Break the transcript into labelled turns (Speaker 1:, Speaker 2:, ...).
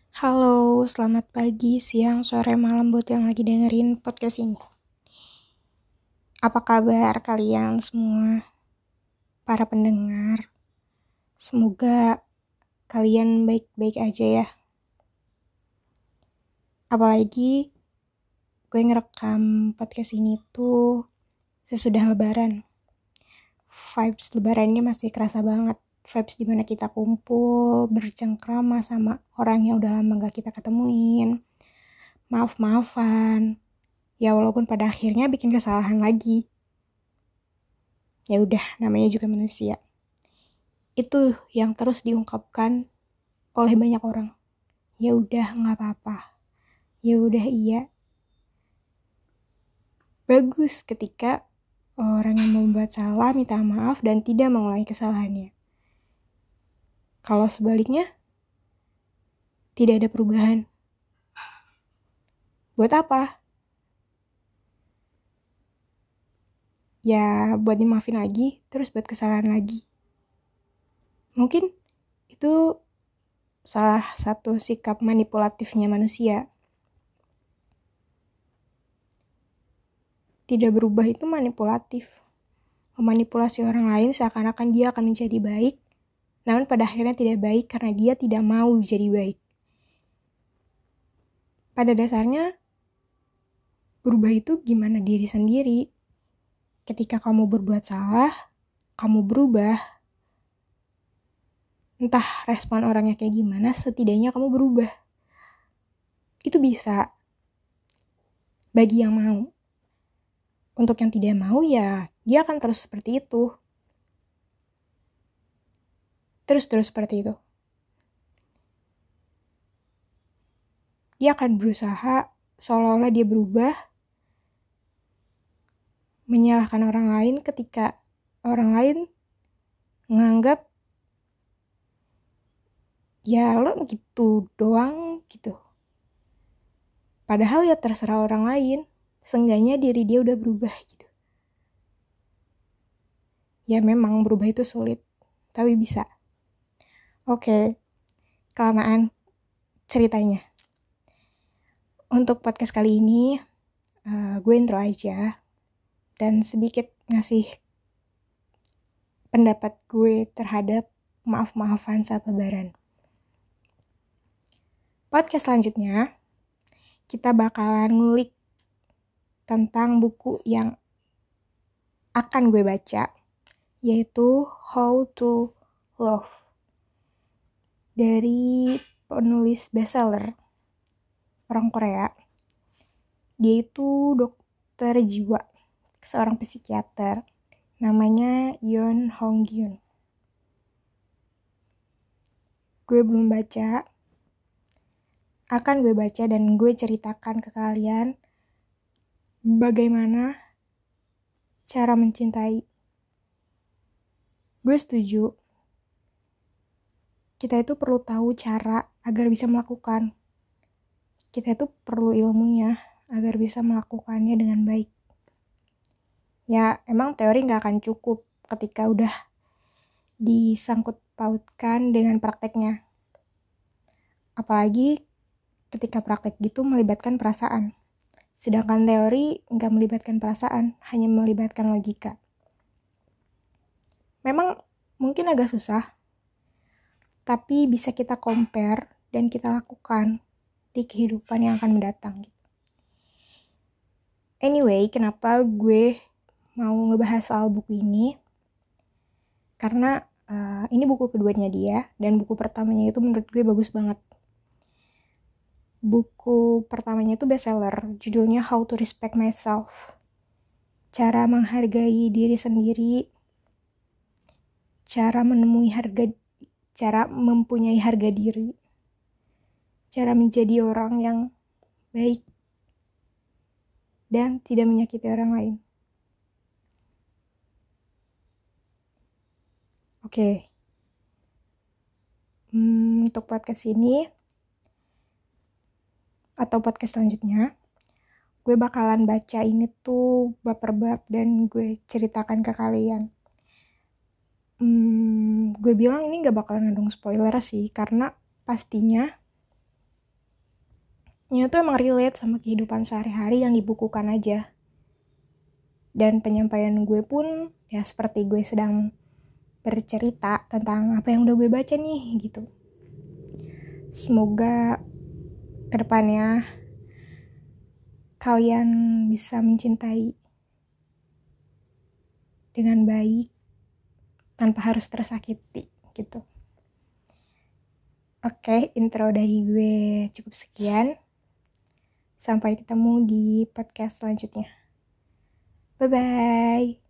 Speaker 1: Halo, selamat pagi, siang, sore, malam buat yang lagi dengerin podcast ini. Apa kabar kalian semua, para pendengar? Semoga kalian baik-baik aja ya. Apalagi gue ngerekam podcast ini tuh sesudah lebaran. Vibes lebarannya masih kerasa banget. Vibes dimana kita kumpul, bercengkrama sama orang yang udah lama gak kita ketemuin. Maaf-maafan. Ya walaupun pada akhirnya bikin kesalahan lagi. Ya udah, namanya juga manusia. Itu yang terus diungkapkan oleh banyak orang. Ya udah, nggak apa-apa. Ya udah, iya. Bagus ketika orang yang membuat salah minta maaf dan tidak mengulangi kesalahannya. Kalau sebaliknya, tidak ada perubahan. Buat apa? Ya buat dimaafin lagi, terus buat kesalahan lagi. Mungkin itu salah satu sikap manipulatifnya manusia. Tidak berubah itu manipulatif. Memanipulasi orang lain seakan-akan dia akan menjadi baik, namun pada akhirnya tidak baik karena dia tidak mau jadi baik. Pada dasarnya, berubah itu gimana diri sendiri. Ketika kamu berbuat salah, kamu berubah. Entah respon orangnya kayak gimana, setidaknya kamu berubah. Itu bisa. Bagi yang mau. Untuk yang tidak mau ya, dia akan terus seperti itu. Terus seperti itu. Dia akan berusaha seolah-olah dia berubah, menyalahkan orang lain ketika orang lain menganggap ya lo gitu doang gitu. Padahal ya terserah orang lain, seenggaknya diri dia udah berubah gitu. Ya memang berubah itu sulit, tapi bisa. Oke, kelamaan ceritanya. Untuk podcast kali ini, gue intro aja dan sedikit ngasih pendapat gue terhadap maaf-maafan saat lebaran. Podcast selanjutnya, kita bakalan ngulik tentang buku yang akan gue baca, yaitu How to Love dari penulis bestseller orang Korea. Dia itu dokter jiwa, seorang psikiater, namanya Yeon Hong Gyun. Gue belum baca, akan gue baca dan gue ceritakan ke kalian bagaimana cara mencintai. Gue setuju, kita itu perlu tahu cara agar bisa melakukan. Kita itu perlu ilmunya agar bisa melakukannya dengan baik. Ya, emang teori gak akan cukup ketika udah disangkut pautkan dengan prakteknya. Apalagi ketika praktek gitu melibatkan perasaan. Sedangkan teori gak melibatkan perasaan, hanya melibatkan logika. Memang mungkin agak susah, tapi bisa kita compare dan kita lakukan di kehidupan yang akan mendatang. Anyway, kenapa gue mau ngebahas soal buku ini? Karena ini buku keduanya dia, dan buku pertamanya itu menurut gue bagus banget. Buku pertamanya itu bestseller, judulnya How to Respect Myself. Cara menghargai diri sendiri, cara mempunyai harga diri, cara menjadi orang yang baik dan tidak menyakiti orang lain. Oke. Untuk podcast ini atau podcast selanjutnya, gue bakalan baca ini tuh bab per bab dan gue ceritakan ke kalian. Gue bilang ini gak bakalan ngandung spoiler sih, karena pastinya ini tuh emang relate sama kehidupan sehari-hari yang dibukukan aja. Dan penyampaian gue pun ya seperti gue sedang bercerita tentang apa yang udah gue baca nih gitu. Semoga kedepannya kalian bisa mencintai dengan baik tanpa harus tersakiti gitu. Oke, intro dari gue cukup sekian. Sampai ketemu di podcast selanjutnya. Bye-bye.